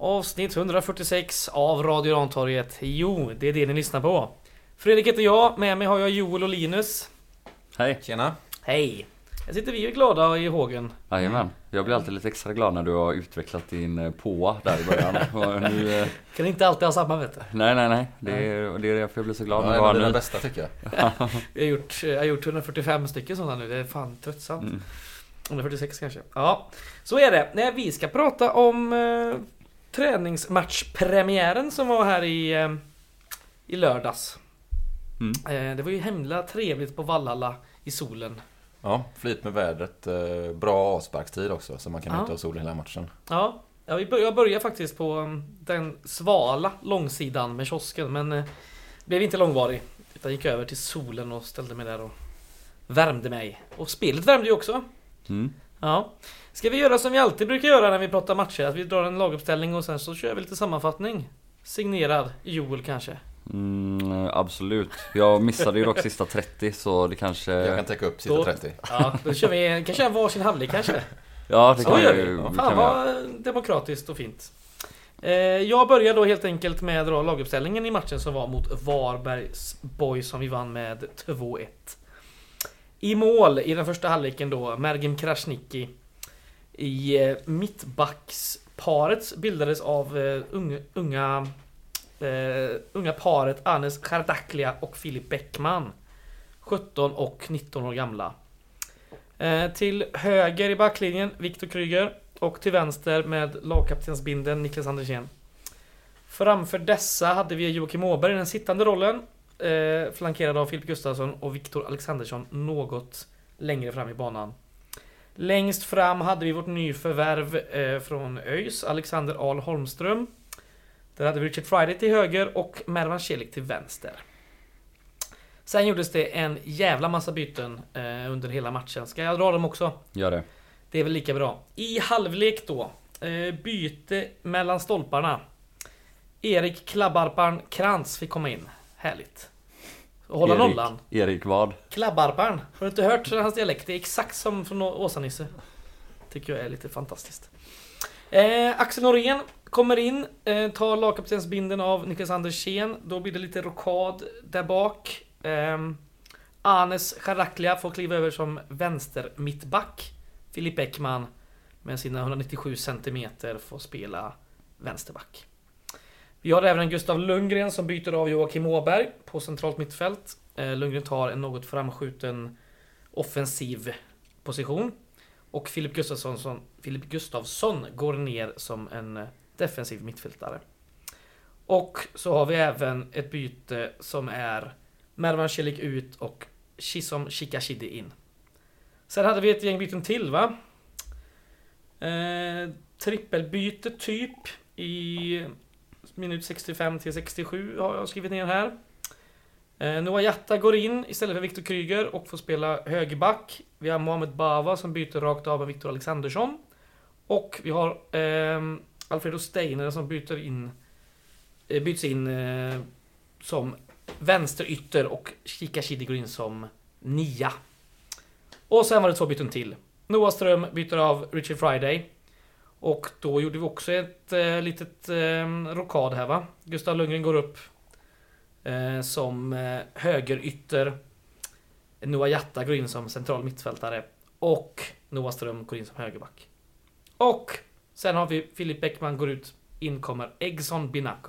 Avsnitt 146 av Radio Rantorget. Jo, det är det ni lyssnar på. Fredrik heter jag, med mig har jag Joel och Linus. Hej. Tjena. Hej. Här sitter vi glada i hågen. Jajamän. Jag blir alltid lite extra glad när du har utvecklat din påa där i början. Och nu, Kan inte alltid ha samma, vet du. nej. Det är därför jag blir så glad. Ja, det är det bästa tycker jag. Jag har gjort 145 stycken sådana nu. Det är fan tröttsamt. 146 kanske. Ja, så är det. Nej, vi ska prata om träningsmatchpremiären som var här i lördags. Det var ju hemla trevligt på Vallhalla i solen. Ja, flyt med vädret. Bra avsparkstid också, så man kan njuta av solen hela matchen. Ja, jag började faktiskt på den svala långsidan med kiosken, men blev inte långvarig. Jag gick över till solen och ställde mig där och värmde mig. Och spelet värmde ju också. Ja. Ska vi göra som vi alltid brukar göra när vi pratar matcher? Att vi drar en laguppställning och sen så kör vi lite sammanfattning. Signerad Joel kanske. Absolut. Jag missade ju dock sista 30, så det kanske... Jag kan täcka upp sista 30. Ja, då kör vi kanske en varsin halvlek kanske. Ja, det kan vi. Fan vad demokratiskt och fint. Jag börjar då helt enkelt med laguppställningen i matchen som var mot Varbergs Boys som vi vann med 2-1. I mål i den första halvleken då Mergim Krasniqi. I mittbacksparet bildades av unga paret Anes Khardaklia och Filip Bäckman, 17 och 19 år gamla. Till höger i backlinjen Viktor Kryger och till vänster med lagkaptensbindeln Niklas Andersén. Framför dessa hade vi Joakim Åberg i den sittande rollen, flankerad av Filip Gustafsson och Viktor Alexandersson något längre fram i banan. Längst fram hade vi vårt nyförvärv från ÖIS, Alexander Ahl Holmström. Där hade vi Richard Friday till höger och Mervan Celik till vänster. Sen gjordes det en jävla massa byten under hela matchen. Ska jag dra dem också? Gör det. Det är väl lika bra. I halvlek då, byte mellan stolparna. Erik Klabbarparn Krantz fick komma in. Härligt. Och hålla nollan. Erik vad? Klabbarparn. Har du inte hört hans dialekt? Det är exakt som från Åsa-Nisse. Tycker jag är lite fantastiskt. Axel Norén kommer in, tar lagkaptensbinden av Niklas Andersén. Då blir det lite rokad där bak. Anes Khardaklia får kliva över som vänster mittback. Filip Bäckman med sina 197 cm får spela vänsterback. Vi har även Gustav Lundgren som byter av Joakim Åberg på centralt mittfält. Lundgren tar en något framskjuten offensiv position. Och Filip Gustafsson går ner som en defensiv mittfältare. Och så har vi även ett byte som är Mervan Celik ut och Chisom Chikashidi in. Sen hade vi ett gäng byten till, va? Trippelbyte typ i minut 65 till 67 har jag skrivit ner här. Noah Jatta går in istället för Viktor Kryger och får spela högerback. Vi har Mohamed Bava som byter rakt av med Viktor Alexandersson. Och vi har Alfredo Steiner som byts in som vänsterytter och Chikashidi går in som nia. Och sen var det 2 byten till. Noah Ström byter av Richard Friday. Och då gjorde vi också ett litet rokad här, va? Gustav Lundgren går upp som högerytter. Noah Jatta går in som central mittfältare. Och Noah Ström går in som högerback. Och sen har vi Filip Bäckman går ut. Inkommer Egson Binako.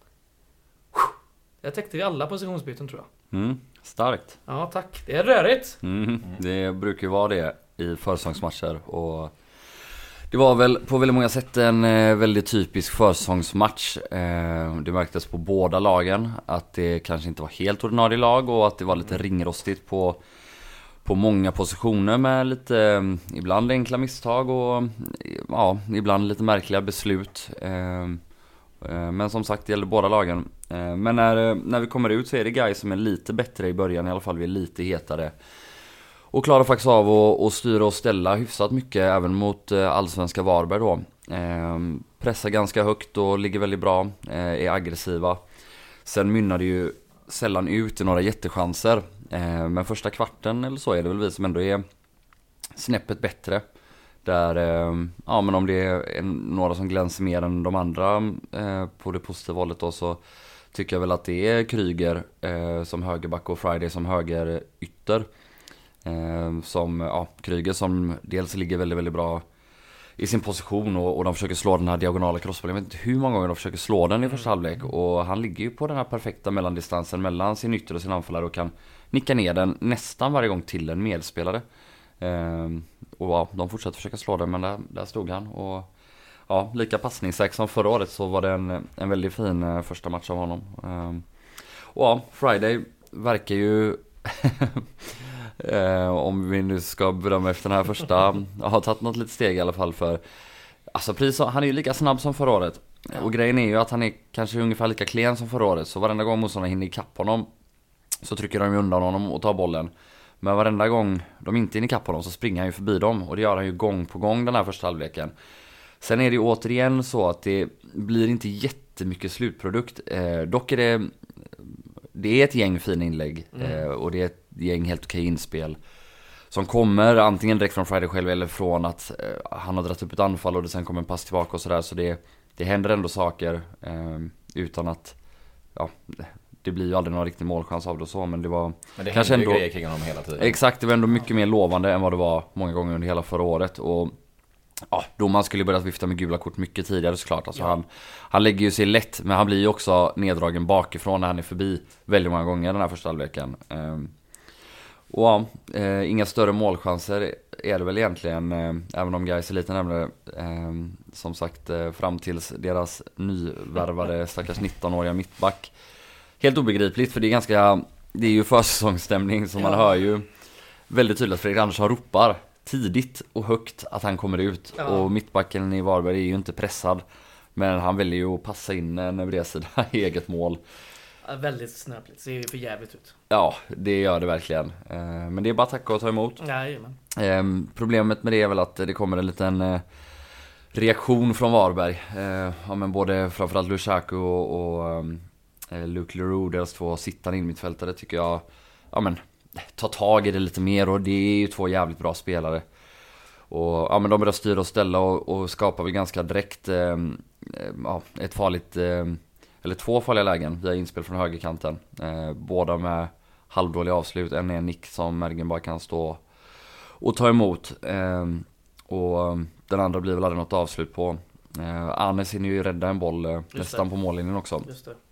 Jag täckte vi alla positionsbyten, tror jag. Starkt. Ja, tack. Det är rörigt. Det brukar ju vara det i försäsongsmatcher. Och det var väl på väldigt många sätt en väldigt typisk försäsongsmatch. Det märktes på båda lagen att det kanske inte var helt ordinarie lag och att det var lite ringrostigt på många positioner med lite ibland enkla misstag och ja, ibland lite märkliga beslut. Men som sagt, det gäller båda lagen. Men när vi kommer ut så är det guys som är lite bättre i början, i alla fall vi är lite hetare. Och klarar faktiskt av att styra och ställa hyfsat mycket även mot allsvenska Varberg då. Pressar ganska högt och ligger väldigt bra, är aggressiva. Sen mynnar det ju sällan ut i några jättechanser. Men första kvarten eller så är det väl vi som ändå är snäppet bättre. Där, ja men om det är några som glänser mer än de andra på det positiva hållet då, så tycker jag väl att det är Kryger som högerback och Friday som högerytter. Kryger som dels ligger väldigt, väldigt bra i sin position och de försöker slå den här diagonala crossbollen. Jag vet inte hur många gånger de försöker slå den i första halvlek, och han ligger ju på den här perfekta mellandistansen mellan sin ytter och sin anfallare och kan nicka ner den nästan varje gång till en medspelare. Och ja, de fortsätter försöka slå den, men där stod han. Och ja, lika passningssäker som förra året, så var det en väldigt fin första match av honom. Och ja, Friday verkar ju om vi nu ska bedöma efter den här första, har tagit något litet steg i alla fall, för alltså precis, han är ju lika snabb som förra året. Och grejen är ju att han är kanske ungefär lika klen som förra året, så varenda gång motståndarna hinner ikapp honom så trycker de ju undan honom och tar bollen. Men varenda gång de inte hinner ikapp honom så springer han ju förbi dem, och det gör han ju gång på gång den här första halvleken. Sen är det ju återigen så att det blir inte jättemycket slutprodukt. Dock är det är ett gäng fina inlägg och det är ett gäng helt okej inspel som kommer antingen direkt från Friday själv eller från att han har dragit upp ett anfall och det sen kommer en pass tillbaka och sådär. Så det händer ändå saker utan att, ja, det blir ju aldrig någon riktig målchans av det och så, men det var men det kanske händer ändå grejer kring honom hela tiden. Exakt, det var ändå mycket mer lovande än vad det var många gånger under hela förra året. Och ja, domaren skulle börjat vifta med gula kort mycket tidigare såklart. Alltså han lägger ju sig lätt, men han blir ju också neddragen bakifrån när han är förbi väldigt många gånger den här första halvleken. Och ja, inga större målchanser är det väl egentligen, även om Gais är lite närmare, som sagt, fram tills deras nyvärvade stackars 19-åriga mittback. Helt obegripligt, för det är ju försäsongsstämning, så man hör ju väldigt tydligt att Fredrik Andersson ropar tidigt och högt att han kommer ut. Och mittbacken i Varberg är ju inte pressad, men han väljer ju att passa in en bredsida i eget mål. Väldigt snöpligt, ser ju för jävligt ut. Ja, det gör det verkligen. Men det är bara tacka och ta emot. Problemet med det är väl att det kommer en liten reaktion från Varberg. Men både framförallt Lushaku och Luke Leroux, deras två sittande in mittfältare, tycker jag ta tag i det lite mer, och det är ju två jävligt bra spelare. Och men de börjar styra och ställa och skapar väl ganska direkt ett farligt eller två farliga lägen via inspel från högerkanten. Båda med halvdåliga avslut. En är en nick som Mergen bara kan stå och ta emot. Och den andra blir väl aldrig något avslut på. Anes hinner ju rädda en boll nästan på mållinjen också. Just det.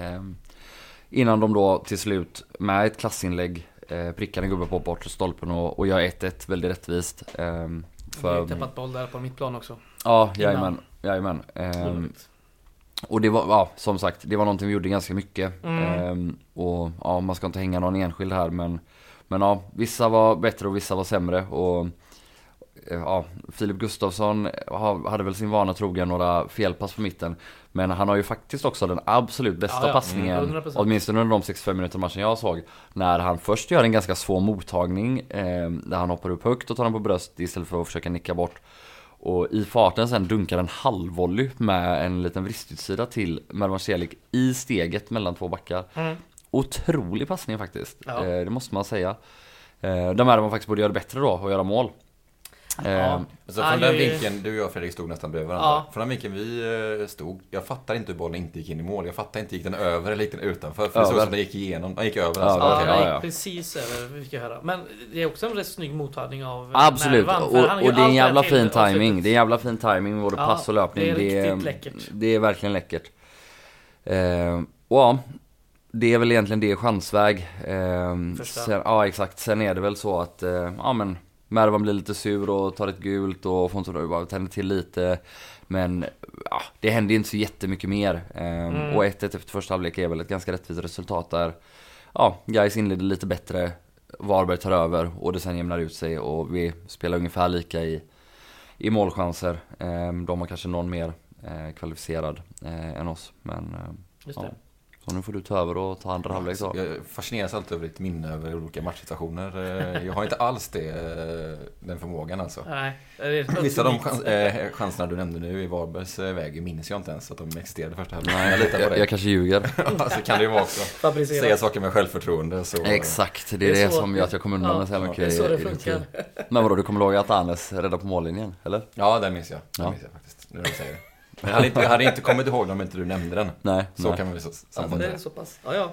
Innan de då till slut med ett klassinlägg prickar en gubbe på bortre stolpen och gör 1-1 väldigt rättvist. Vi har ju tappat boll där på mitt plan också. Ja, jajamän. Och det var, som sagt, det var någonting vi gjorde ganska mycket. Och ja, man ska inte hänga någon enskild här, men ja, vissa var bättre och vissa var sämre. Och ja, Filip Gustafsson hade väl sin vana trogen några felpass på mitten, men han har ju faktiskt också den absolut bästa passningen, åtminstone under de 65 minuter matchen jag såg, när han först gör en ganska svår mottagning där han hoppar upp högt och tar den på bröst istället för att försöka nicka bort, och i farten sen dunkar en halvvolley med en liten vristutsida till Mervan Celik i steget mellan två backar. Otrolig passning faktiskt, det måste man säga. De här man faktiskt borde göra bättre då och göra mål. Så från den vinkeln, du och jag Fredrik stod nästan bredvid varandra. Från den vinkeln vi stod, jag fattar inte hur bollen inte gick in i mål. Jag fattar inte, gick den över eller gick den utanför? För det såg som den gick igenom, den gick över. Den gick precis över, vi ska höra. Men det är också en rätt snygg mottagning av absolut, Mervan, och det är en jävla fin timing. Det är en jävla fin timing, både pass och löpning. Det är riktigt läckert. Det är verkligen läckert. Och det är väl egentligen det chansväg. Sen, exakt. Sen är det väl så att Mervan blir lite sur och tar ett gult och får inte bara tända till lite. Men det händer inte så jättemycket mer. Och 1-1 efter första halvlek är väl ett ganska rättvist resultat där. Guys inleder lite bättre, Varberg tar över och det sen jämnar ut sig. Och vi spelar ungefär lika i målchanser. De har kanske någon mer kvalificerad än oss. Men just det. Så nu får du ta över och ta andra halvlek då. Jag fascineras alltid över ditt minne över olika matchsituationer. Jag har inte alls den förmågan alltså. Nej, vissa av de chanserna du nämnde nu i Varbergs väg minns jag inte ens att de existerade första halvlek. Nej, jag kanske ljuger. Alltså kan det ju vara också. Säga saker med självförtroende. Så... Exakt, det är det som gör att jag kommer undan med så här mycket. Det är så det funkar. Men vadå, du kommer ihåg att Anes räddade på mållinjen, eller? Ja, det minns jag. Det minns jag faktiskt, nu när du säger det. Men jag hade inte kommit ihåg om inte du nämnde den. Nej. Kan man väl sammanfatta. Det är så pass. Ja.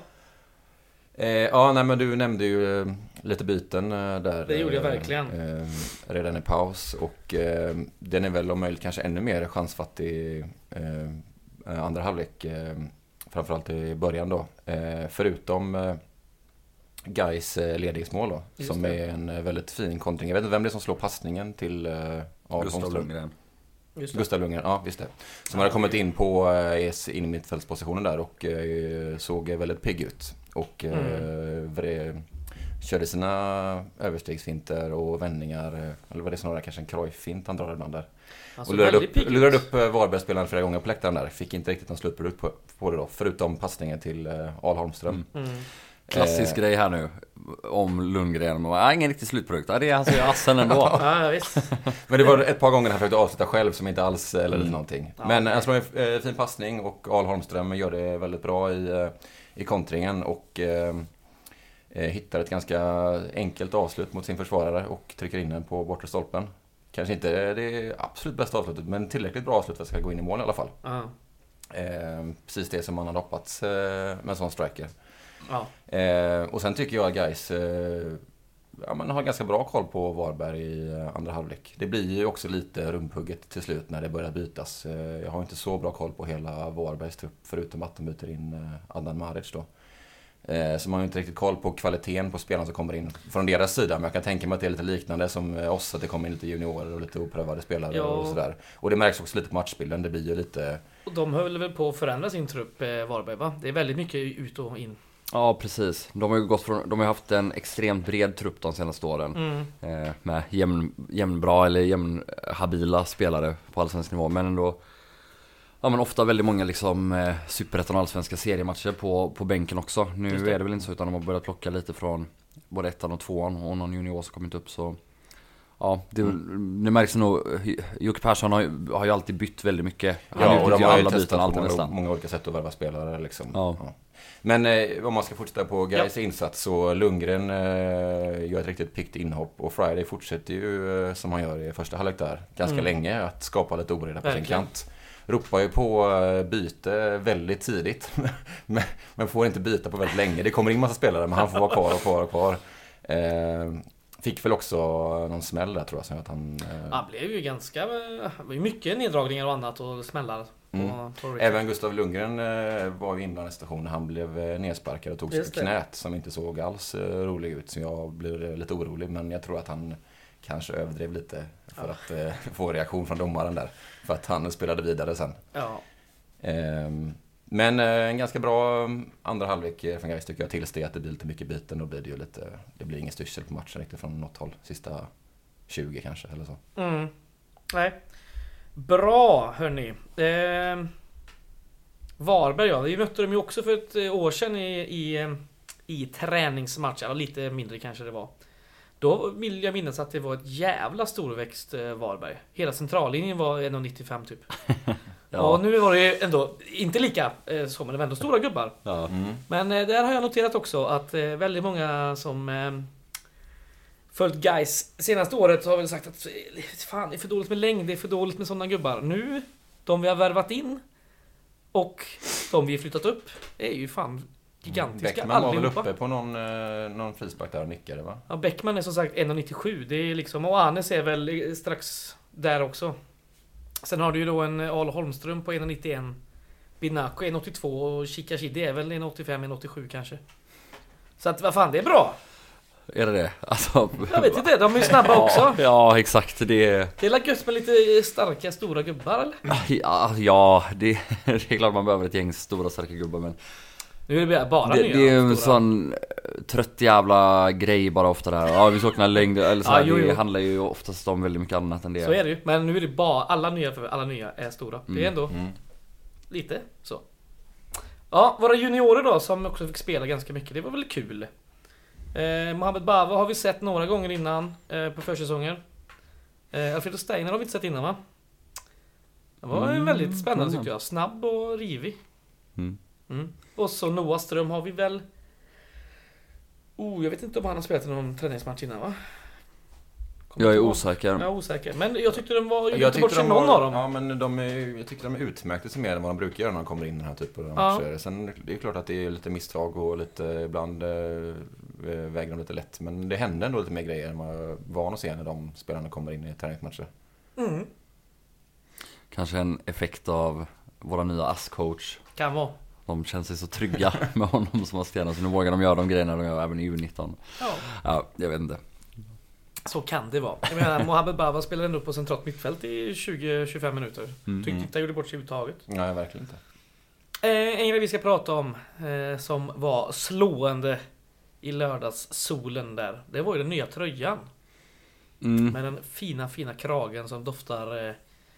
Nej, men du nämnde ju lite byten där. Det gjorde jag verkligen. Redan i paus. Och den är väl om möjligt kanske ännu mer chansfattig andra halvlek. Framförallt i början då. Förutom Gais ledningsmål då. Som är en väldigt fin kontring. Jag vet inte vem det är som slår passningen till Gustav Lundgren. Gustav Lundgren, ja visst det. Som hade kommit in på in i mittfältspositionen där och såg väldigt pigg ut. Och körde sina överstegsfinter och vändningar. Eller var det snarare kanske en Cruyff-fint han drar ibland där. Alltså, och lurade upp Varbergsspelaren flera gånger på läktaren där. Fick inte riktigt någon slutprodukt på det då. Förutom passningen till Al Holmström. Klassisk grej här nu om Lundgren och ingen riktig slutprodukt. Det är alltså assen ändå. Ja, visst. Men det var ett par gånger han försökte avsluta själv som inte alls eller någonting. Ja, men han slår en fin passning och Al Holmström gör det väldigt bra i kontringen och hittar ett ganska enkelt avslut mot sin försvarare och trycker in den på bortre stolpen. Kanske inte det absolut bästa avslutet, men tillräckligt bra avslut för att det ska gå in i mål i alla fall. Precis det som man hade hoppats med en sån striker. Ja. Och sen tycker jag att Gais man har ganska bra koll på Varberg i andra halvlek. Det blir ju också lite rumphugget till slut när det börjar bytas. Jag har inte så bra koll på hela Varbergs trupp förutom att de byter in Adnan Maric då. Så man har inte riktigt koll på kvaliteten på spelarna som kommer in från deras sida. Men jag kan tänka mig att det är lite liknande som oss, att det kommer in lite juniorer och lite oprövade spelare och sådär. Och det märks också lite på matchbilden, det blir ju lite... Och de höll väl på att förändra sin trupp, Varberg, va? Det är väldigt mycket ut och in. Ja, precis. De har haft en extremt bred trupp de senaste åren. Med jämnbra eller jämnhabila spelare på allsvensk nivå. Men ändå men ofta väldigt många liksom superettan och allsvenska seriematcher på bänken också. Nu är det väl inte så, utan de har börjat plocka lite från både ettan och tvåan och någon junior som kommit upp. Så ja, det märks nog. Jocke Persson har ju alltid bytt väldigt mycket. Och de har ju testat många olika sätt att värva spelare liksom. Ja. Men om man ska fortsätta på Gais insats, så Lundgren gör ett riktigt pickt inhopp och Friday fortsätter ju som han gör i första halvlek där ganska länge att skapa lite oreda på sin kant. Ropar ju på byte väldigt tidigt men får inte byta på väldigt länge. Det kommer in massa spelare men han får vara kvar. Fick väl också någon smäll där, tror jag, som att han... Han blev ju ganska... Det var ju mycket neddragningar och annat och smällar. Även Gustav Lundgren var ju innan i stationen. Han blev nedsparkad och tog sig knät som inte såg alls rolig ut. Så jag blev lite orolig, men jag tror att han kanske överdrev lite för att få reaktion från domaren där. För att han spelade vidare sen. Ja. Men en ganska bra andra halvlek från Gais tycker jag, tills det att det blir lite mycket biten. Då blir det ju lite, det blir ingen styrsel på matchen riktigt från något håll. Sista 20 kanske eller så. Nej. Bra, hörni. Varberg, vi mötte dem ju också för ett år sedan i träningsmatch. Eller lite mindre kanske det var. Då vill jag minnas att det var ett jävla storväxt Varberg. Hela centrallinjen var 1,95 typ. Ja. Och nu var det ju ändå inte lika så, men det var ändå stora gubbar. Ja. Men där har jag noterat också att väldigt många som följt Gais senaste året har väl sagt att fan, det är för dåligt med längd, det är för dåligt med sådana gubbar. Nu, de vi har värvat in och de vi har flyttat upp är ju fan gigantiska. Beckman var väl uppe på någon frispark där och nickade, va? Ja, Beckman är som sagt 1,97. Det är liksom, och Anes är väl strax där också. Sen har du ju då en Al Holmström på 1,91. Binaco 1,82 och Chikashidi är väl 1,85, 1,87 kanske. Så att vad fan, det är bra. Är det? Alltså, jag vet inte, de är ju snabba också. Ja, exakt. Det är gött med lite starka, stora gubbar, eller? Ja, det är klart man behöver ett gäng stora, starka gubbar, men nu är det bara nya. Det är ju en sån trött jävla grej bara ofta där. Ja, vi saknar längd eller så här, det handlar ju oftast om väldigt mycket annat än det. Så är det ju, men nu är det bara alla nya är stora. Det är ändå lite så. Ja, våra juniorer då som också fick spela ganska mycket. Det var väl kul. Mohamed Bava har vi sett några gånger innan på försäsongen. Alfredo Steiner har vi inte sett innan, va? Det var väldigt spännande tycker jag. Snabb och rivig. Och så Noah Ström har vi väl... jag vet inte om han har spelat någon träningsmatch innan, va? Jag är osäker. Jag är osäker. Men jag tyckte de var... Jag tyckte någon av dem. Ja, men jag tyckte de utmärkte sig mer än vad de brukar göra när de kommer in i den här typen av matcher. Sen det är klart att det är lite misstag och lite ibland väger de lite lätt. Men det händer ändå lite mer grejer än man är van att se när de spelarna kommer in i träningsmatcher. Kanske en effekt av våra nya AS-coach. Kan vara. De känner sig så trygga med honom som assisterande, så nu vågar de göra de grejerna de gör även i U19. Ja, jag vet inte. Så kan det vara. Jag menar, Mohamed Bava spelade ändå på centralt mittfält i 20-25 minuter. Tyckte inte han gjorde bort sig överhuvudtaget. Nej, verkligen inte. En grej vi ska prata om som var slående i lördags solen där. Det var ju den nya tröjan. Med den fina kragen som doftar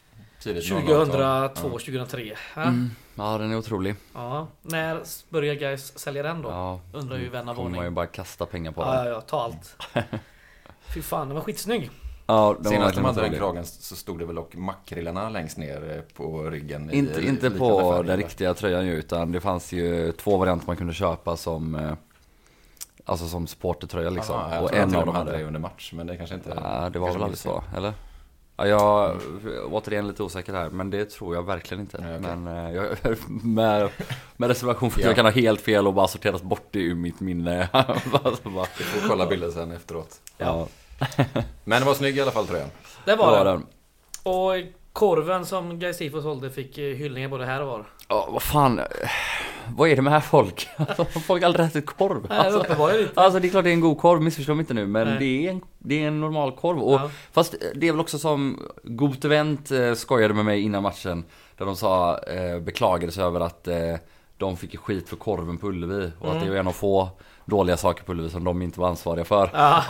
2002-2003. Ja, den är otrolig. Ja, när börjar guys sälja den då? Ja, undrar ju vän av kommer ordning. man ju bara kasta pengar på den. Ja, ta allt. Fy fan, den var skitsnygg. Ja, senast de hade den kragen så stod det väl och makrillarna längst ner på ryggen. Inte på den riktiga tröjan ju, utan det fanns ju 2 varianter man kunde köpa som alltså som supportertröja liksom. Aha, och en av dem hade det under match, men det kanske inte. Ja, det var väl aldrig så, eller? Ja, jag återigen lite osäker här, men det tror jag verkligen inte. Okay. Men med reservation för att jag kan ha helt fel och bara sorteras bort ur mitt minne. Vi får kolla bilden sen efteråt. Ja. Men det var snygg i alla fall, tror jag. Det var den. Och korven som Guy Sifo sålde fick hyllningar både här och var. Ja, vad fan. Vad är det med här folk? Folk har aldrig ätit korv. Nej, det är klart det är en god korv, missförstå mig inte nu. Men det är en normal korv. Och, fast det är väl också som Gott Event skojade med mig innan matchen. Där de sa, beklagade sig över att de fick skit för korven på Ullevi. Och att det är en av få dåliga saker på Ullevi som de inte var ansvariga för.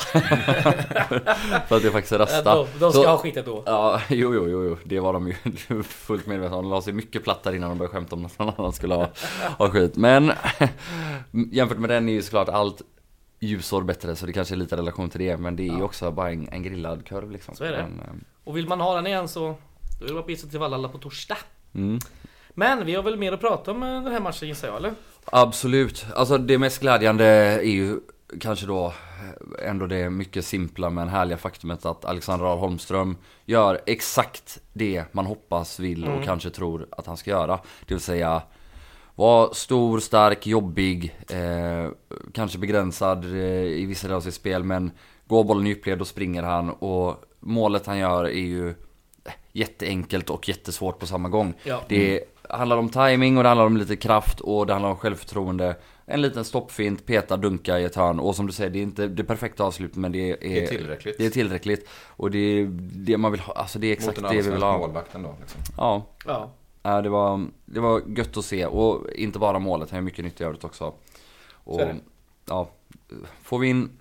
Så att det faktiskt är rösta. De ska ha skit då. Ja, jo. Det var de ju fullt medvetna om. De la sig mycket plattar innan de började skämta om att någon annan skulle ha skit. Men jämfört med den är ju såklart allt ljusår bättre. Så det kanske är lite relation till det. Men det är ju också bara en grillad korv liksom. Så är det. Och vill man ha den igen så då är det bara pizza till Vallalla på torsdag. Men vi har väl mer att prata om den här matchen, gissar jag, eller? Absolut. Alltså det mest glädjande är ju kanske då ändå det mycket simpla men härliga faktumet att Alexander Ahl Holmström gör exakt det man hoppas, vill och kanske tror att han ska göra. Det vill säga vara stor, stark, jobbig, kanske begränsad i vissa delar av sitt spel, men går bollen i djupled och springer han, och målet han gör är ju jätteenkelt och jättesvårt på samma gång. Det handlar om timing och det handlar om lite kraft och det handlar om självförtroende. En liten stoppfint, peta, dunka i ett hörn. Och som du säger, det är inte det perfekta avslutet, men det är tillräckligt. Det är tillräckligt. Och det är det man vill ha. Alltså det är exakt det vi vill ha. Målvakten då, liksom. Ja, det var gött att se. Och inte bara målet, han är mycket nytt i övrigt också. Och ja, får vi in...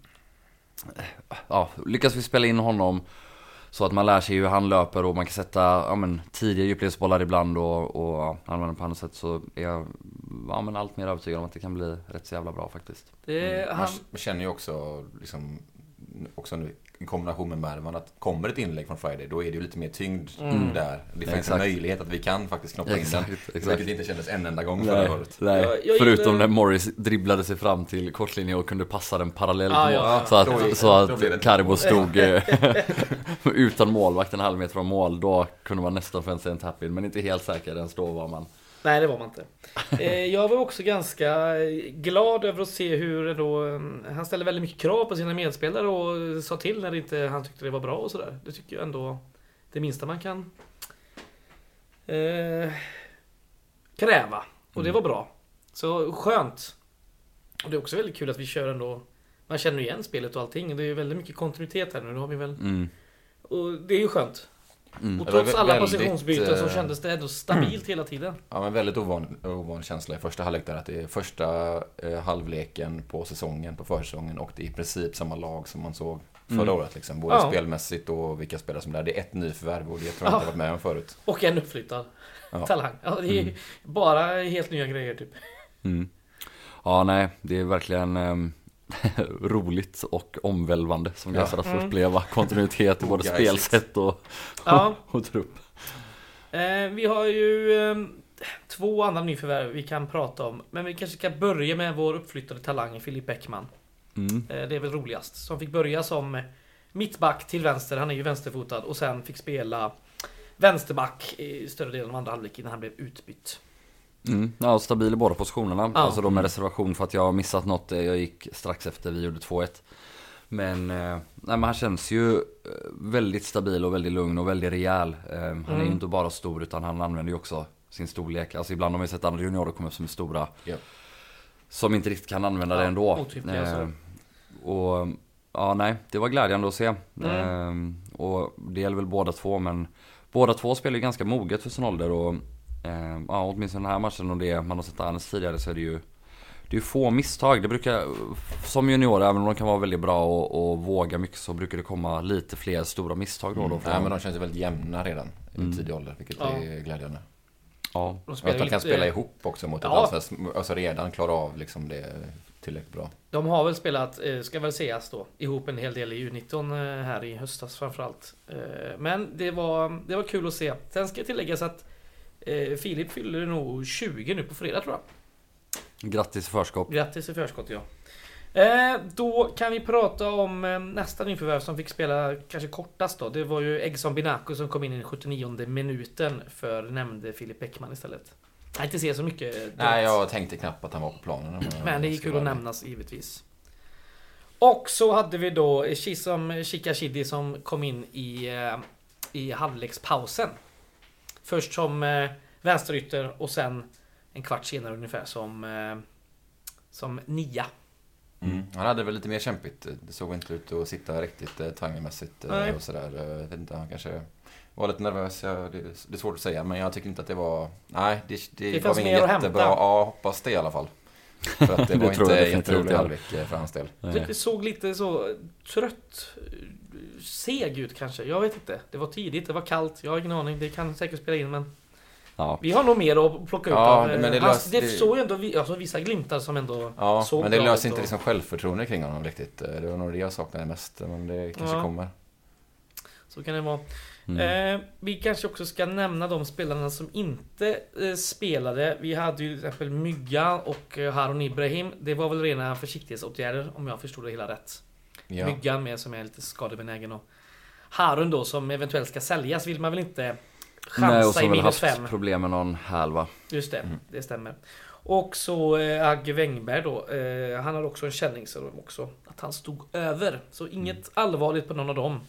Ja, lyckas vi spela in honom så att man lär sig hur han löper och man kan sätta tidiga djupledsbollar ibland och använda på annat sätt, så är jag allt mer övertygad om att det kan bli rätt så jävla bra faktiskt. Man känner ju också nu i kombination med Mervan att kommer ett inlägg från Friday, då är det ju lite mer tyngd där. Det finns en möjlighet att vi kan faktiskt knoppa in den. Vilket inte kändes en enda gång förra året. Förutom när Morris dribblade sig fram till korslinjen och kunde passa den parallellt så att Karibo stod utan målvakt en halv meter från mål. Då kunde man nästan få en tap-in, men inte helt säker, ens då var man. Nej, det var man inte. Jag var också ganska glad över att se hur han ställde väldigt mycket krav på sina medspelare och sa till när inte han tyckte det var bra och sådär. Det tycker jag ändå det minsta man kan kräva. Och det var bra. Så skönt. Och det är också väldigt kul att vi kör ändå. Man känner igen spelet och allting. Det är väldigt mycket kontinuitet här nu. Det har vi väl. Och det är ju skönt. Och trots alla positionsbyten så kändes det ändå stabilt hela tiden. Ja, men väldigt ovan känsla i första halvlek där, att det är första halvleken på säsongen, på försäsongen, och det är i princip samma lag som man såg förra året liksom, både spelmässigt och vilka spelare som där. Det är ett nyförvärv och det tror jag inte varit med om förut. Och en uppflyttad talang. Ja, det är bara helt nya grejer typ. Ja, nej, det är verkligen roligt och omvälvande som jag att få uppleva kontinuitet i både spelsätt och trupp. Vi har ju 2 andra nyförvärv vi kan prata om, men vi kanske ska börja med vår uppflyttade talang Filip Bäckman. Det är väl roligast. Som fick börja som mittback till vänster, han är ju vänsterfotad, och sen fick spela vänsterback i större delen av andra halvlek innan han blev utbytt. Ja, stabil i båda positionerna. Alltså då med reservation för att jag har missat något. Jag gick strax efter vi gjorde 2-1. Men han känns ju väldigt stabil och väldigt lugn och väldigt rejäl. Han är ju inte bara stor, utan han använder ju också sin storlek. Alltså ibland har man sett andra juniorer komma upp som är stora, som inte riktigt kan använda det ändå. Och ja, nej, det var glädjande att se. Och det gäller väl båda två, men båda två spelar ju ganska moget för sin ålder. Och åtminstone den här matchen och det man har sett annars tidigare, så är det är få misstag. Det brukar, som junior, även om de kan vara väldigt bra och våga mycket, så brukar det komma lite fler stora misstag då. Nej, men de känns väldigt jämna redan i tidig ålder, vilket är glädjande. Ja. Att de kan spela ihop också mot ett allsvenskt, alltså redan klara av liksom det tillräckligt bra. De har väl spelat, ska väl sägas då, ihop en hel del i U19 här i höstas framförallt. Men det var kul att se. Sen ska tilläggas att Filip fyller nog 20 nu på fredag, tror jag. Grattis i förskott. Grattis i förskott, ja. Då kan vi prata om nästa nyförvärv som fick spela kanske kortast då. Det var ju Egson Binako som kom in i den 79:e minuten för nämnde Filip Bäckman istället. Jag inte ser så mycket direkt. Nej, jag tänkte knappt att han var på planen. Men det är kul att nämnas, givetvis. Och så hade vi då Chikashidi som kom in i halvlekspausen. Först som vänsterytter och sen en kvart senare ungefär som nia. Han hade väl lite mer kämpigt. Det såg inte ut att sitta riktigt timingmässigt och sådär. Jag vet inte, han kanske var lite nervös. Det är svårt att säga, men jag tycker inte att det var... Nej, det var ingen jättebra. Ja, hoppas det i alla fall. För att det var inte jätterolig halvlek för hans del. Det såg lite så trött, seg ut kanske. Jag vet inte. Det var tidigt, det var kallt. Jag har ingen aning. Det kan säkert spela in, men... Ja. Vi har nog mer att plocka upp av. Men det såg ju ändå vissa glimtar som ändå såg. Men det löser inte liksom självförtroende kring honom riktigt. Det var nog det jag saknade mest. Men det kanske kommer. Så kan det vara. Vi kanske också ska nämna de spelarna som inte spelade. Vi hade ju till exempel Mygga och Harun Ibrahim. Det var väl rena försiktighetsåtgärder, om jag förstod det hela rätt. Myggan med som är lite skadebenägen, och Harun då som eventuellt ska säljas vill man väl inte chansa i -5. Haft problem med någon halva. Just det, det stämmer. Och så Agge Wängberg då, han har också en känning så också att han stod över. Så inget allvarligt på någon av dem.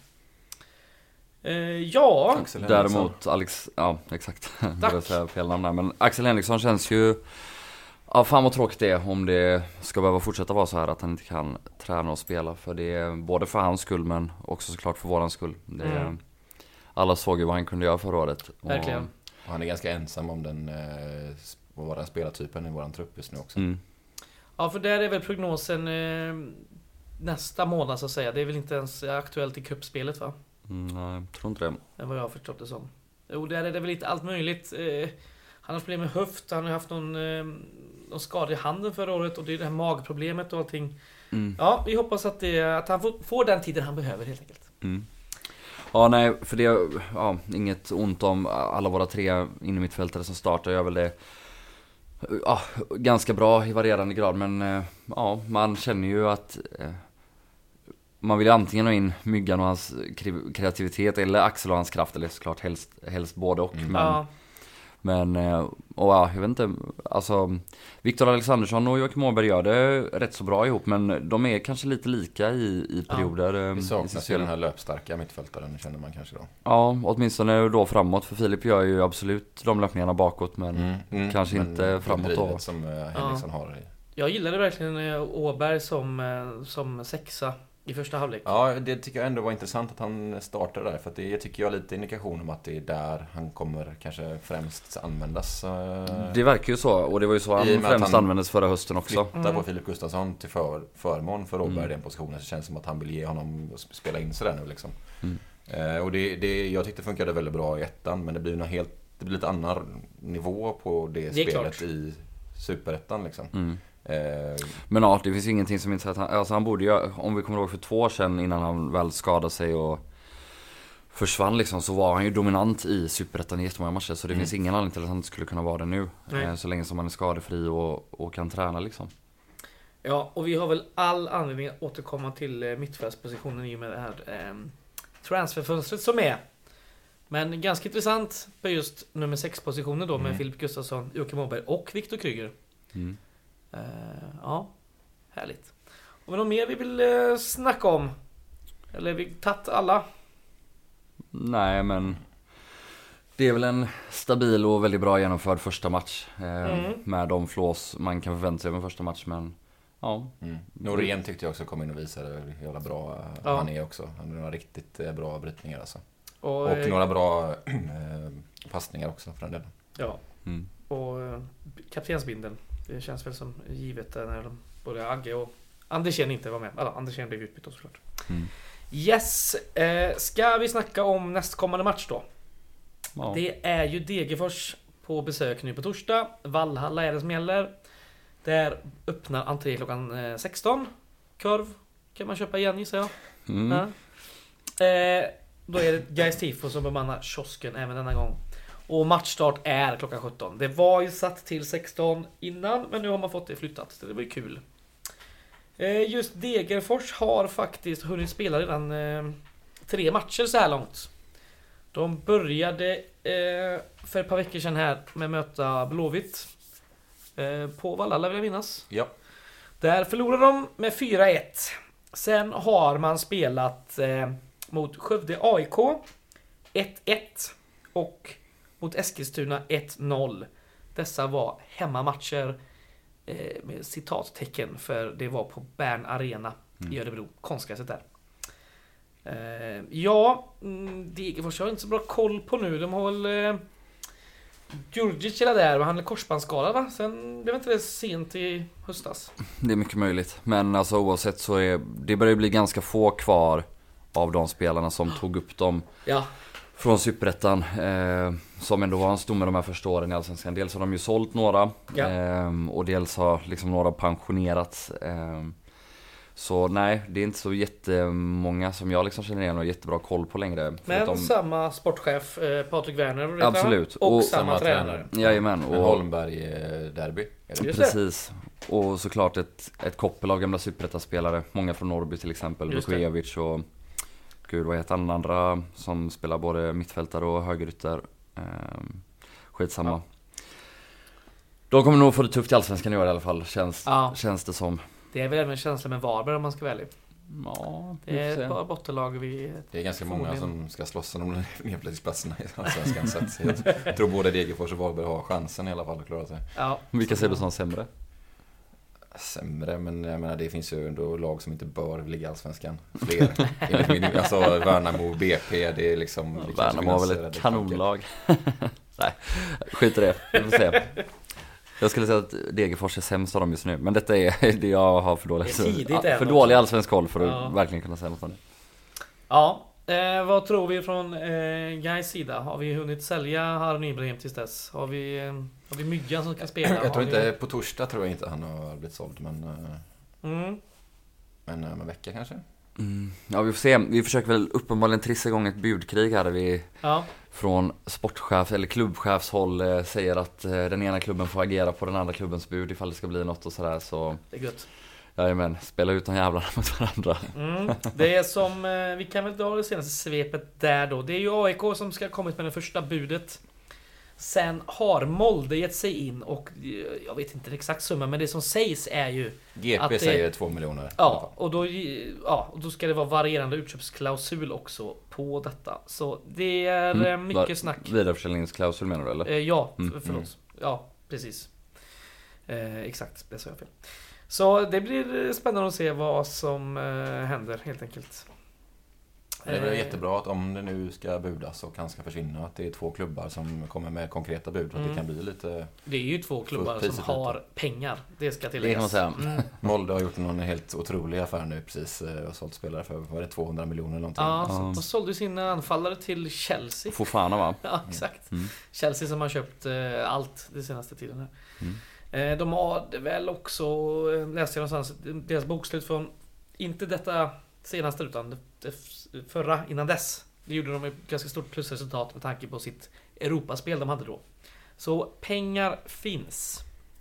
Däremot Alex, exakt. Jag säga fel namn där, men Axel Henriksson känns ju, fan vad tråkigt det är om det ska behöva fortsätta vara så här att han inte kan träna och spela, för det är både för hans skull men också såklart för våran skull. Alla såg ju vad han kunde göra förra året. Verkligen. Och han är ganska ensam om den spelartypen i våran trupp just nu också. Ja, för där är väl prognosen nästa månad så att säga. Det är väl inte ens aktuellt i cupspelet, va? Nej, jag tror inte det. Det var jag förstått det som. Jo, där är det väl lite allt möjligt. Han har problem med höft, han har haft någon skada i handen förra året, och det är det här magproblemet och allting. Ja, vi hoppas att han får den tiden han behöver helt enkelt. Ja, nej, för det inget ont om alla våra 3 innermittfältare som startar, gör väl det ganska bra i varierande grad, men man känner ju att man vill antingen ha in Myggan och hans kreativitet eller Axel och hans kraft, eller såklart helst både och. Men jag vet inte, alltså Viktor Alexandersson och Joakim Åberg gör det rätt så bra ihop, men de är kanske lite lika i perioder. Det saknas ju den här löpstarka mittfältaren, känner man kanske då. Ja, åtminstone då framåt, för Filip gör ju absolut de löpningarna bakåt, men kanske inte framåt då. Som Henriksson har. Jag gillade verkligen Åberg som sexa i första halvlek. Ja, det tycker jag ändå var intressant att han startade där, för att det tycker jag är lite indikation om att det är där han kommer kanske främst användas. Det verkar ju så, och det var ju så han främst användes förra hösten också. Flyttar på Filip Gustafsson till förmån för Åberg i den positionen, så känns det som att han vill ge honom spela in sig där nu liksom. Och jag tyckte det funkade väldigt bra i ettan, men det blir lite annan nivå på det spelet superettan liksom. Men ja, det finns ingenting som inte att han borde ju, om vi kommer ihåg för 2 år sedan innan han väl skadade sig och försvann liksom, så var han ju dominant i superettan i jättemånga matcher, så det finns ingen anledning till att han inte skulle kunna vara det nu. Så länge som han är skadefri och kan träna liksom. Ja, och vi har väl all anledning att återkomma till mittfältspositionen i och med det här transferfönstret som är. Men ganska intressant på just nummer 6-positionen då med Filip Gustafsson, Joakim Åberg och Viktor Kryger. Ja, härligt. Och något mer vi vill snacka om? Eller vi tagit alla? Nej, men det är väl en stabil och väldigt bra genomförd första match med de flås man kan förvänta sig av en första match, men ja. Norén tyckte jag också kom in och visade hur jävla bra han är också. Han har några riktigt bra brytningar alltså. Och några bra passningar också för den delen. Ja. Och kaptensbindeln, det känns väl som givet när både Agge och Andersén inte var med. Alltså, Andersén blev utbytt såklart. Yes, ska vi snacka om nästkommande match då? Ja. Det är ju Degerfors på besök nu på torsdag. Valhalla är det som gäller. Där öppnar entré klockan 16. Korv kan man köpa igen, gissar jag. Ja. Då är det Gais Tifo som bemannar kiosken även denna gång. Och matchstart är klockan 17. Det var ju satt till 16 innan, men nu har man fått det flyttat. Så det var ju kul. Just Degerfors har faktiskt hunnit spela redan 3 matcher så här långt. De började för ett par veckor sedan här med att möta Blåvitt på Valhalla, vill jag minnas. Ja. Där förlorade de med 4-1. Sen har man spelat mot Skövde AIK 1-1 och mot Eskilstuna 1-0. Dessa var hemmamatcher med citattecken, för det var på Bern Arena i Örebro. Konstgräset där. Degerfors har inte så bra koll på nu. De har väl Djurdjic där och han är korsbandsskadad, va? Sen blev inte det sent i höstas. Det är mycket möjligt. Men alltså oavsett så är det börjar bli ganska få kvar av de spelarna som tog upp dem från Superettan, som ändå var en stomme de här första åren i Allsvenskan. Dels har de ju sålt några och dels har liksom några pensionerats. Så nej, det är inte så jättemånga som jag liksom känner igen och jättebra koll på längre. Men samma sportchef Patrik Werner absolut. Och samma tränare. Jajamän. Och Holmberg derby. Precis. Och såklart ett koppel av gamla Superettan-spelare. Många från Norrby till exempel. Vukovic och gud, vad heter andra som spelar både mittfältare och högerytter. Skitsamma. Ja. De kommer nog få det tufft i Allsvenskan i år i alla fall, känns det som. Det är väl även en känsla med Varberg om man ska välja. Ja, det är ett par bottenlag det är ganska många som ska slåss om de nedflyttningsplatserna i Allsvenskan. Så jag tror både Degerfors och Varberg har chansen i alla fall att klara sig. Ja. Vilka ser du som sämre? Sämre, men jag menar, det finns ju ändå lag som inte bör ligga i Allsvenskan. Fler. Alltså Värnamo, BP, det är liksom... Värnamo har väl ett kanonlag. Nej, skit i det. Vi får se. Jag skulle säga att Degerfors är sämst av dem just nu. Men detta är det jag har för dålig allsvensk koll för att verkligen kunna säga något om det. Ja, vad tror vi från Gais sida? Har vi hunnit sälja Harun Ibrahim tills dess? Har vi Myggan som kan spela? Jag tror inte, på torsdag tror jag inte han har blivit såld. Men en vecka kanske? Ja, vi får se. Vi försöker väl uppenbarligen trissa igång ett budkrig här där vi från sportchef eller klubbchefshåll säger att den ena klubben får agera på den andra klubbens bud ifall det ska bli något och sådär. Så det är gött. Jajamän, spela ut de jävlarna mot varandra. Det är som, vi kan väl dra det senaste svepet där då. Det är ju AIK som ska ha kommit med det första budet. Sen har Molde gett sig in och jag vet inte exakt summa, men det som sägs är ju GP säger 2 miljoner. Ja, och då ska det vara varierande utköpsklausul också på detta. Så det är mycket snack. Vidareförsäljningsklausul menar du eller? Ja, förlåt. Ja, precis. Exakt, det sa jag fel. Så det blir spännande att se vad som händer helt enkelt. Det är väl jättebra att om det nu ska budas och kanske försvinna, att det är 2 klubbar som kommer med konkreta bud, att det kan bli lite... Det är ju 2 klubbar som har pengar, det ska tilläggas. Det kan man säga. Molde har gjort någon helt otrolig affär nu precis och sålt spelare för, var det 200 miljoner eller någonting? Ja, de sålde sina anfallare till Chelsea. Fofana, va? Ja, exakt. Chelsea som har köpt allt det senaste tiden här. De hade väl också, läste jag någonstans, deras bokslut från, inte detta senaste utan det förra innan dess. Det gjorde de ett ganska stort plusresultat med tanke på sitt Europaspel de hade då. Så pengar finns.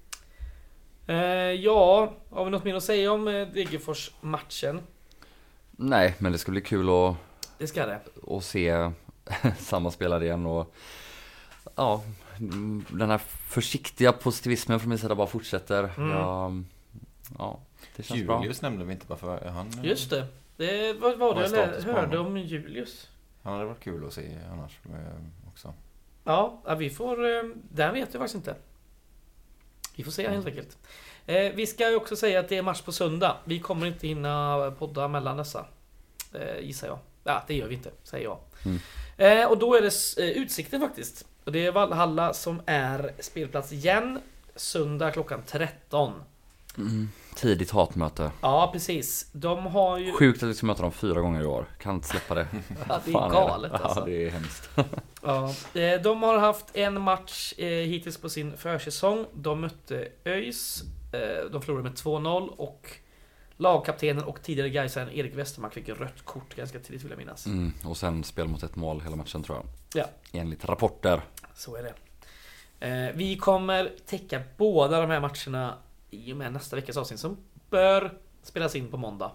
Ja, har vi något mer att säga om Degerfors-matchen? Nej, men det ska bli kul Det ska det. att se samma spelare igen och ja, den här försiktiga positivismen från min sida bara fortsätter. Ja, det känns bra. Julius nämnde vi inte bara för han... Just det. Det var det jag hörde om Julius. Han hade varit kul att se annars också. Ja, vi får... Där vet jag faktiskt inte. Vi får se helt enkelt. Vi ska ju också säga att det är match på söndag. Vi kommer inte hinna podda mellan dessa. Gissar jag. Ja, det gör vi inte, säger jag. Och då är det Utsikten faktiskt. Och det är Valhalla som är spelplats igen. Söndag klockan 13. Tidigt hatmöte. Ja, precis. De har ju... Sjukt att vi ska möta dem 4 gånger i år. Kan inte släppa det. Ja, det är galet alltså. Ja, det är hemskt. Ja, de har haft en match hittills på sin försäsong. De mötte ÖIS. De förlorade med 2-0 och lagkaptenen och tidigare Gaisaren Erik Westermark fick rött kort ganska tidigt, vill jag minnas. Och sen spel mot ett mål hela matchen, tror jag. Ja. Enligt rapporter. Så är det. Vi kommer täcka båda de här matcherna i och med nästa veckas avsnitt som bör spelas in på måndag.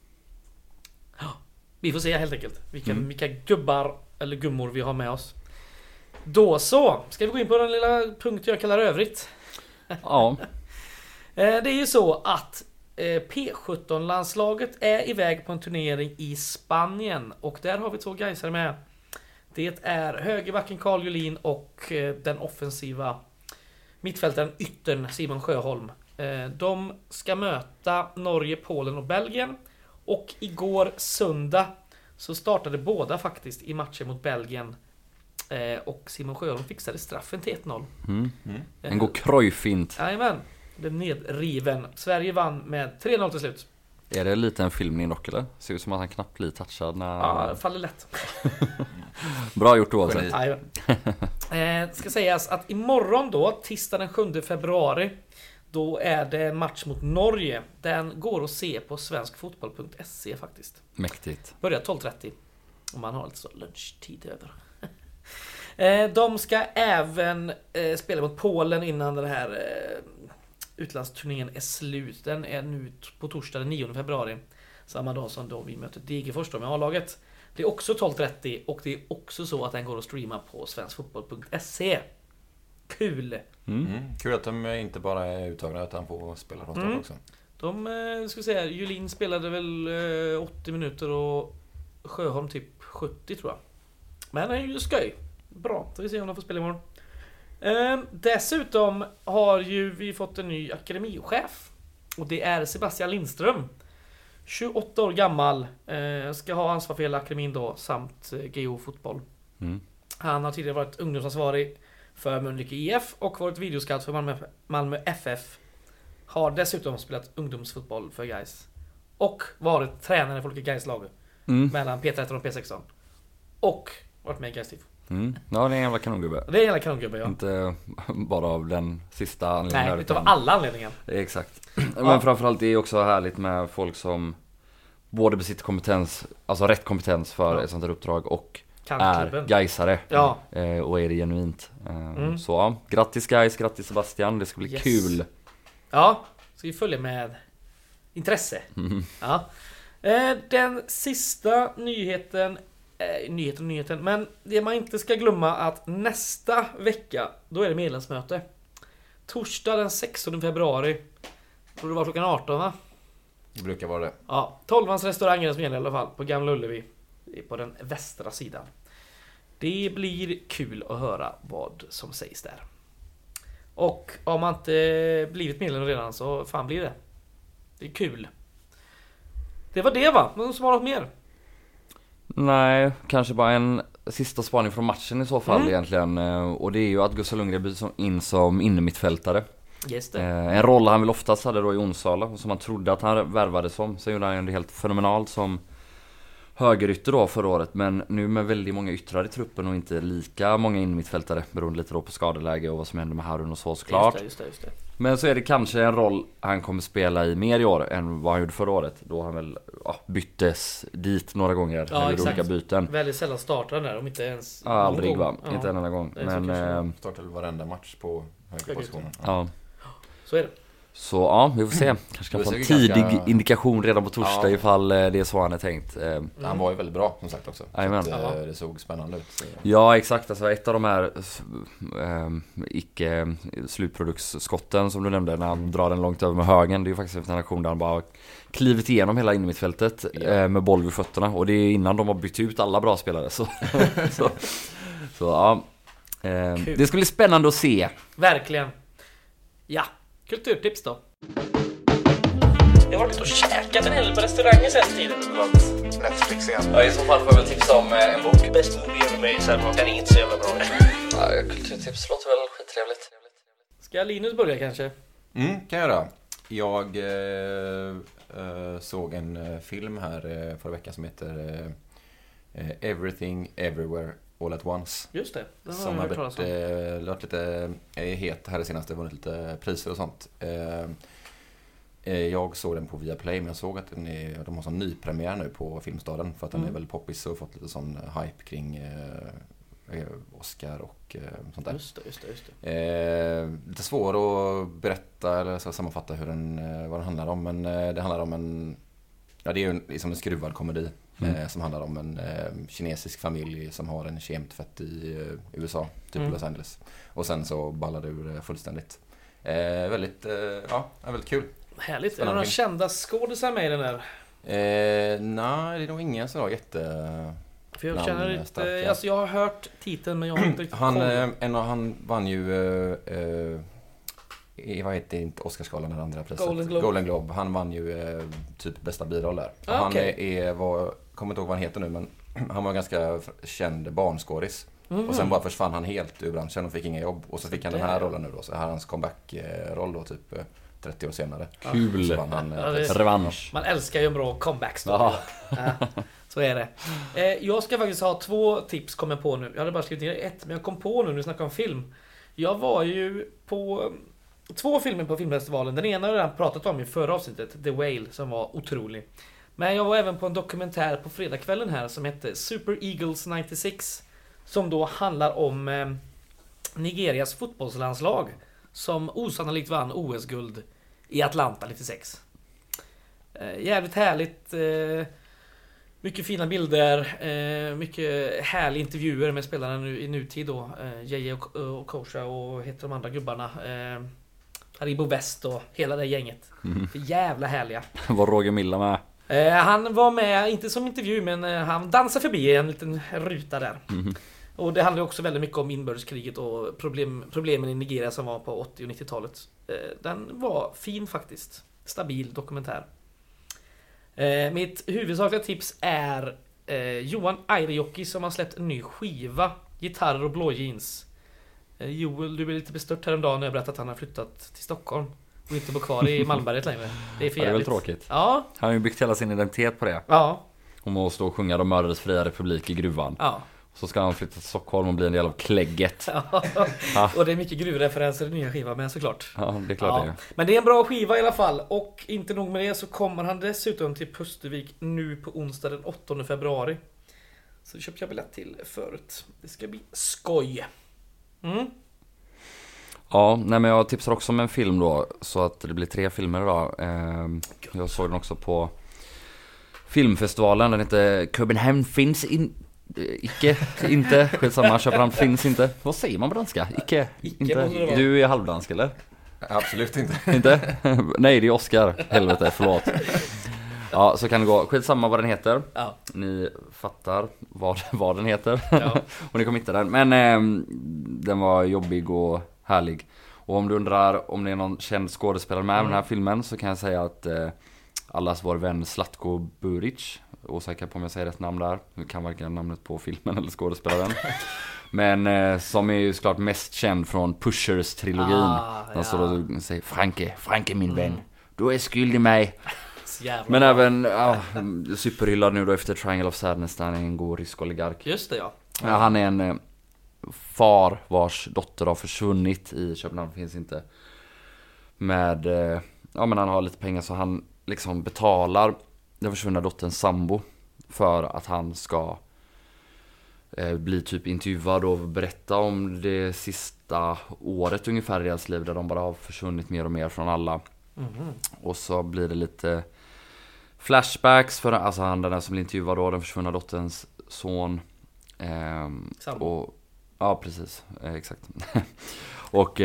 Vi får se helt enkelt vilka gubbar eller gummor vi har med oss. Då så, ska vi gå in på den lilla punkt jag kallar övrigt. Ja. Det är ju så att P17-landslaget är iväg på en turnering i Spanien och där har vi 2 gaisare med. Det är högerbacken Carl Julin och den offensiva mittfältaren yttern Simon Sjöholm. De ska möta Norge, Polen och Belgien. Och igår söndag så startade båda faktiskt i matchen mot Belgien. Och Simon Sjöholm fixade straffen till 1-0. En god Cruyff-fint. Jajamän, blev nedriven. Sverige vann med 3-0 till slut. Är det lite en filmning dock eller? Ser ut som att han knappt blir touchad när... Ja, faller lätt. Bra gjort oavsett. Ska sägas att imorgon då, tisdag den 7 februari, då är det en match mot Norge. Den går att se på svenskfotboll.se faktiskt. Mäktigt. Börjar 12:30 om man har alltså lunchtid över. De ska även spela mot Polen innan den här utlandsturneringen är slut. Den är nu på torsdag den 9 februari. Samma dag som då vi möter Degerfors med A-laget. Det är också 12:30 och det är också så att den går att streama på svenskfotboll.se. Kul! Kul att de inte bara är uttagna utan får spela från start också. De, ska säga, Julin spelade väl 80 minuter och Sjöholm typ 70 tror jag. Men det är ju skoj. Bra, så vi ser om de får spela imorgon. Dessutom har ju vi fått en ny akademichef. Och det är Sebastian Lindström. 28 år gammal. Ska ha ansvar för hela akademin då, samt GO fotboll. Han har tidigare varit ungdomsansvarig för Mölnlycke IF och varit videoscout för Malmö FF. Har dessutom spelat ungdomsfotboll för Gais. Och varit tränare för olika Gais-lag. Mellan P13 och P16. Och varit med i Gais TIF. Ja, det är en jävla kanongubbe. Det är en jävla kanongubbe, ja. Inte bara av den sista anledningen. Nej, utav alla anledningar. Exakt. Men framförallt är det också härligt med folk som både besitter kompetens, alltså rätt kompetens för ett sånt här uppdrag och är gaisare. Ja. Och är det genuint. Så ja, grattis Gais, grattis Sebastian. Det ska bli kul. Ja, ska vi följa med intresse. Ja. Den sista nyheten, men det man inte ska glömma att nästa vecka då är det medlemsmöte. Torsdag den 16 februari. Tror det var klockan 18, va? Det brukar vara det. Ja, 12ans restauranger som gäller i alla fall på Gamla Ullevi på den västra sidan. Det blir kul att höra vad som sägs där. Och om man inte blivit medlem redan så fan blir det. Det är kul. Det var det, va? Någon som har något mer? Nej, kanske bara en sista spaning från matchen i så fall egentligen. Och det är ju att Gustav Lundgren byts in som innermittfältare. Just det. En roll han väl oftast hade då i Onsala och som man trodde att han värvade som. Så gjorde han ju det helt fenomenalt som högerytter då förra året, men nu med väldigt många yttrar i truppen och inte lika många innermittfältare, beroende lite då på skadeläge och vad som händer med Harun och så såklart. Just det. Men så är det kanske en roll han kommer spela i mer i år än vad han gjorde förra året. Då han väl byttes dit några gånger med olika byten. Väldigt sällan startar den där, om inte ens aldrig gång. Va? Inte en enda gång. Men startar varenda match på högerpositionen. Ja. Så är det. Så ja, vi får se. Kanske kan få en tidig indikation redan på torsdag ifall det är så han är tänkt. Han var ju väldigt bra som sagt också. Det såg spännande ut. Så. Ja, exakt. Alltså, ett av de här icke slutproduktsskotten som du nämnde, när han drar den långt över med högen, det är ju faktiskt en aktion där han bara klivit igenom hela innermittfältet med boll vid fötterna. Och det är innan de har bytt ut alla bra spelare. Så ja. Det ska bli spännande att se. Verkligen. Ja. Kulturtips då. Jag har varit och käkat en hel del på restauranger sen tiden. Netflix igen. Ja, i så fall får jag väl tipsa om en bok. Best movie ever made, så den är inte så jävla bra. Ja, kulturtips låter väl skittrevligt. Ska Linus börja kanske? Kan jag göra. Jag såg en film här förra veckan som heter Everything Everywhere All at Once. Just det. Det har som jag har hört talas om. varit lite het här det senaste, vunnit lite priser och sånt. Jag såg den på Viaplay, men jag såg att de har sån nypremiär nu på Filmstaden för att den är väldigt poppis och fått lite sån hype kring Oscar och sånt där. Just det. Lite svår att berätta eller så sammanfatta vad den handlar om, men det handlar om det är ju liksom en skruvad komedi som handlar om en kinesisk familj som har en kemtvätt i USA, typ Los Angeles. Och sen så ballar det ur fullständigt. Väldigt kul. Härligt. Är det några kända skådespelare med i den där? Nej, det är nog ingen som har för jag känner inte, alltså jag har hört titeln men jag har inte riktigt han vann ju vad heter inte Oscarsgalan, den andra priset? Golden Globe. Han vann ju typ bästa biroll där. Han kommer inte ihåg vad han heter nu, men han var en ganska känd barnskådis. Och sen bara försvann han helt ur branschen och fick inga jobb. Och så fick han den här rollen nu då. Så här hans comeback-roll då typ 30 år senare. Kul. Så vann han revansch. Man älskar ju en bra comeback-story. Så är det. Jag ska faktiskt ha 2 tips, kommer jag på nu. Jag hade bara skrivit ner 1, men jag kom på nu när vi snackar om film. Jag var ju på 2 filmer på filmfestivalen. Den ena har jag redan pratat om i förra avsnittet, The Whale, som var otrolig. Men jag var även på en dokumentär på fredagskvällen här som hette Super Eagles 96, som då handlar om Nigerias fotbollslandslag som osannolikt vann OS-guld i Atlanta 96. Jävligt härligt. Mycket fina bilder, mycket härliga intervjuer med spelarna nu i nutid då. Jeje och Kosha och heter de andra gubbarna. Haribo West och hela det gänget. Jävla härliga. Var Roger Milla med? Han var med, inte som intervju, men han dansade förbi en liten ruta där. Och det handlar också väldigt mycket om inbördeskriget och problemen i Nigeria som var på 80- och 90-talet. Den var fin faktiskt. Stabil dokumentär. Mitt huvudsakliga tips är Johan Airijoki som har släppt en ny skiva, Gitarrer och blå jeans. Joel, du blev lite bestört häromdagen när jag berättade att han har flyttat till Stockholm och inte bor kvar i Malmberget längre. Det är för jävligt. Det är väl tråkigt. Ja. Han har ju byggt hela sin identitet på det. Ja. Om att stå och sjunga De mördades fria republik i gruvan. Ja. Så ska han flytta till Stockholm och bli en del av klägget. Ja. Och det är mycket gruvreferenser i nya skiva med såklart. Ja, det är klart det. Men det är en bra skiva i alla fall. Och inte nog med det så kommer han dessutom till Pustervik nu på onsdag den 8 februari. Så det köpte jag biljett till förut. Det ska bli skoj. Ja, nej, men jag tipsar också om en film då. Så att det blir 3 filmer idag. Jag såg den också på filmfestivalen. Den heter Köpenhamn finns inte. Skitsamma, Köpenhamn finns inte. Vad säger man på danska? Inte. Du är halvdansk eller? Absolut inte. Inte? Nej, det är Oscar. Helvete, förlåt. Ja, så kan det gå. Skitsamma vad den heter. Ja. Ni fattar vad den heter. Ja. Och ni kommer hitta den. Men den var jobbig och härlig. Och om du undrar om det är någon känd skådespelare med i den här filmen, så kan jag säga att allas vår vän Zlatko Buric, osäker på om jag säger rätt namn där, nu kan varken namnet på filmen eller skådespelaren, men som är ju såklart mest känd från Pushers-trilogin. Han står och säger Franke min vän, du är skyldig mig faktiskt jävla Men bra. även superhyllad nu då efter Triangle of Sadness, där han är en god rysk oligark. Just det, ja. Han är en far vars dotter har försvunnit i Köpenhamn, finns inte. Med, men han har lite pengar så han liksom betalar den försvunna dotterns sambo för att han ska bli typ intervjuad och berätta om det sista året ungefär i deras liv, där de bara har försvunnit mer och mer från alla. Och så blir det lite flashbacks för alltså han, den där som blir intervjuad då, den försvunna dotterns son. Och ja, precis, exakt. Och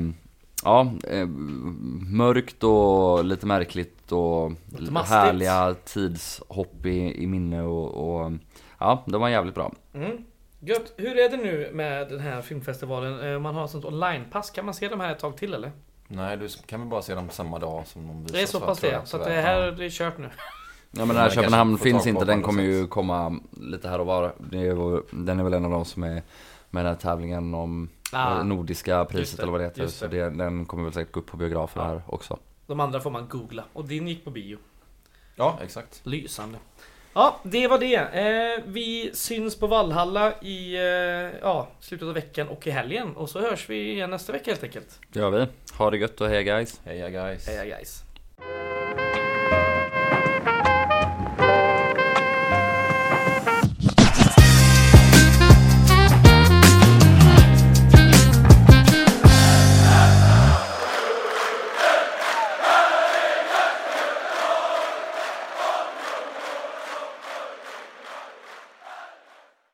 mörkt och lite märkligt och lite härliga tidshopp i minne och ja, det var jävligt bra. Gött. Hur är det nu med den här filmfestivalen? Man har sånt online-pass, kan man se de här ett tag till eller? Nej, du kan väl bara se dem samma dag som de visas. Det är så pass det, så att det här är kört nu. Ja, men den här Köpenhamn finns inte, den kommer ju komma lite här och var. Den är väl en av de som är med den här tävlingen om nordiska priset eller vad det heter. Så den kommer väl säkert gå upp på biografer här också. De andra får man googla. Och din gick på bio. Ja, exakt. Lysande. Ja, det var det. Vi syns på Valhalla i slutet av veckan och i helgen. Och så hörs vi igen nästa vecka helt enkelt. Det gör vi. Ha det gött och hej guys. Heja guys. Hej guys.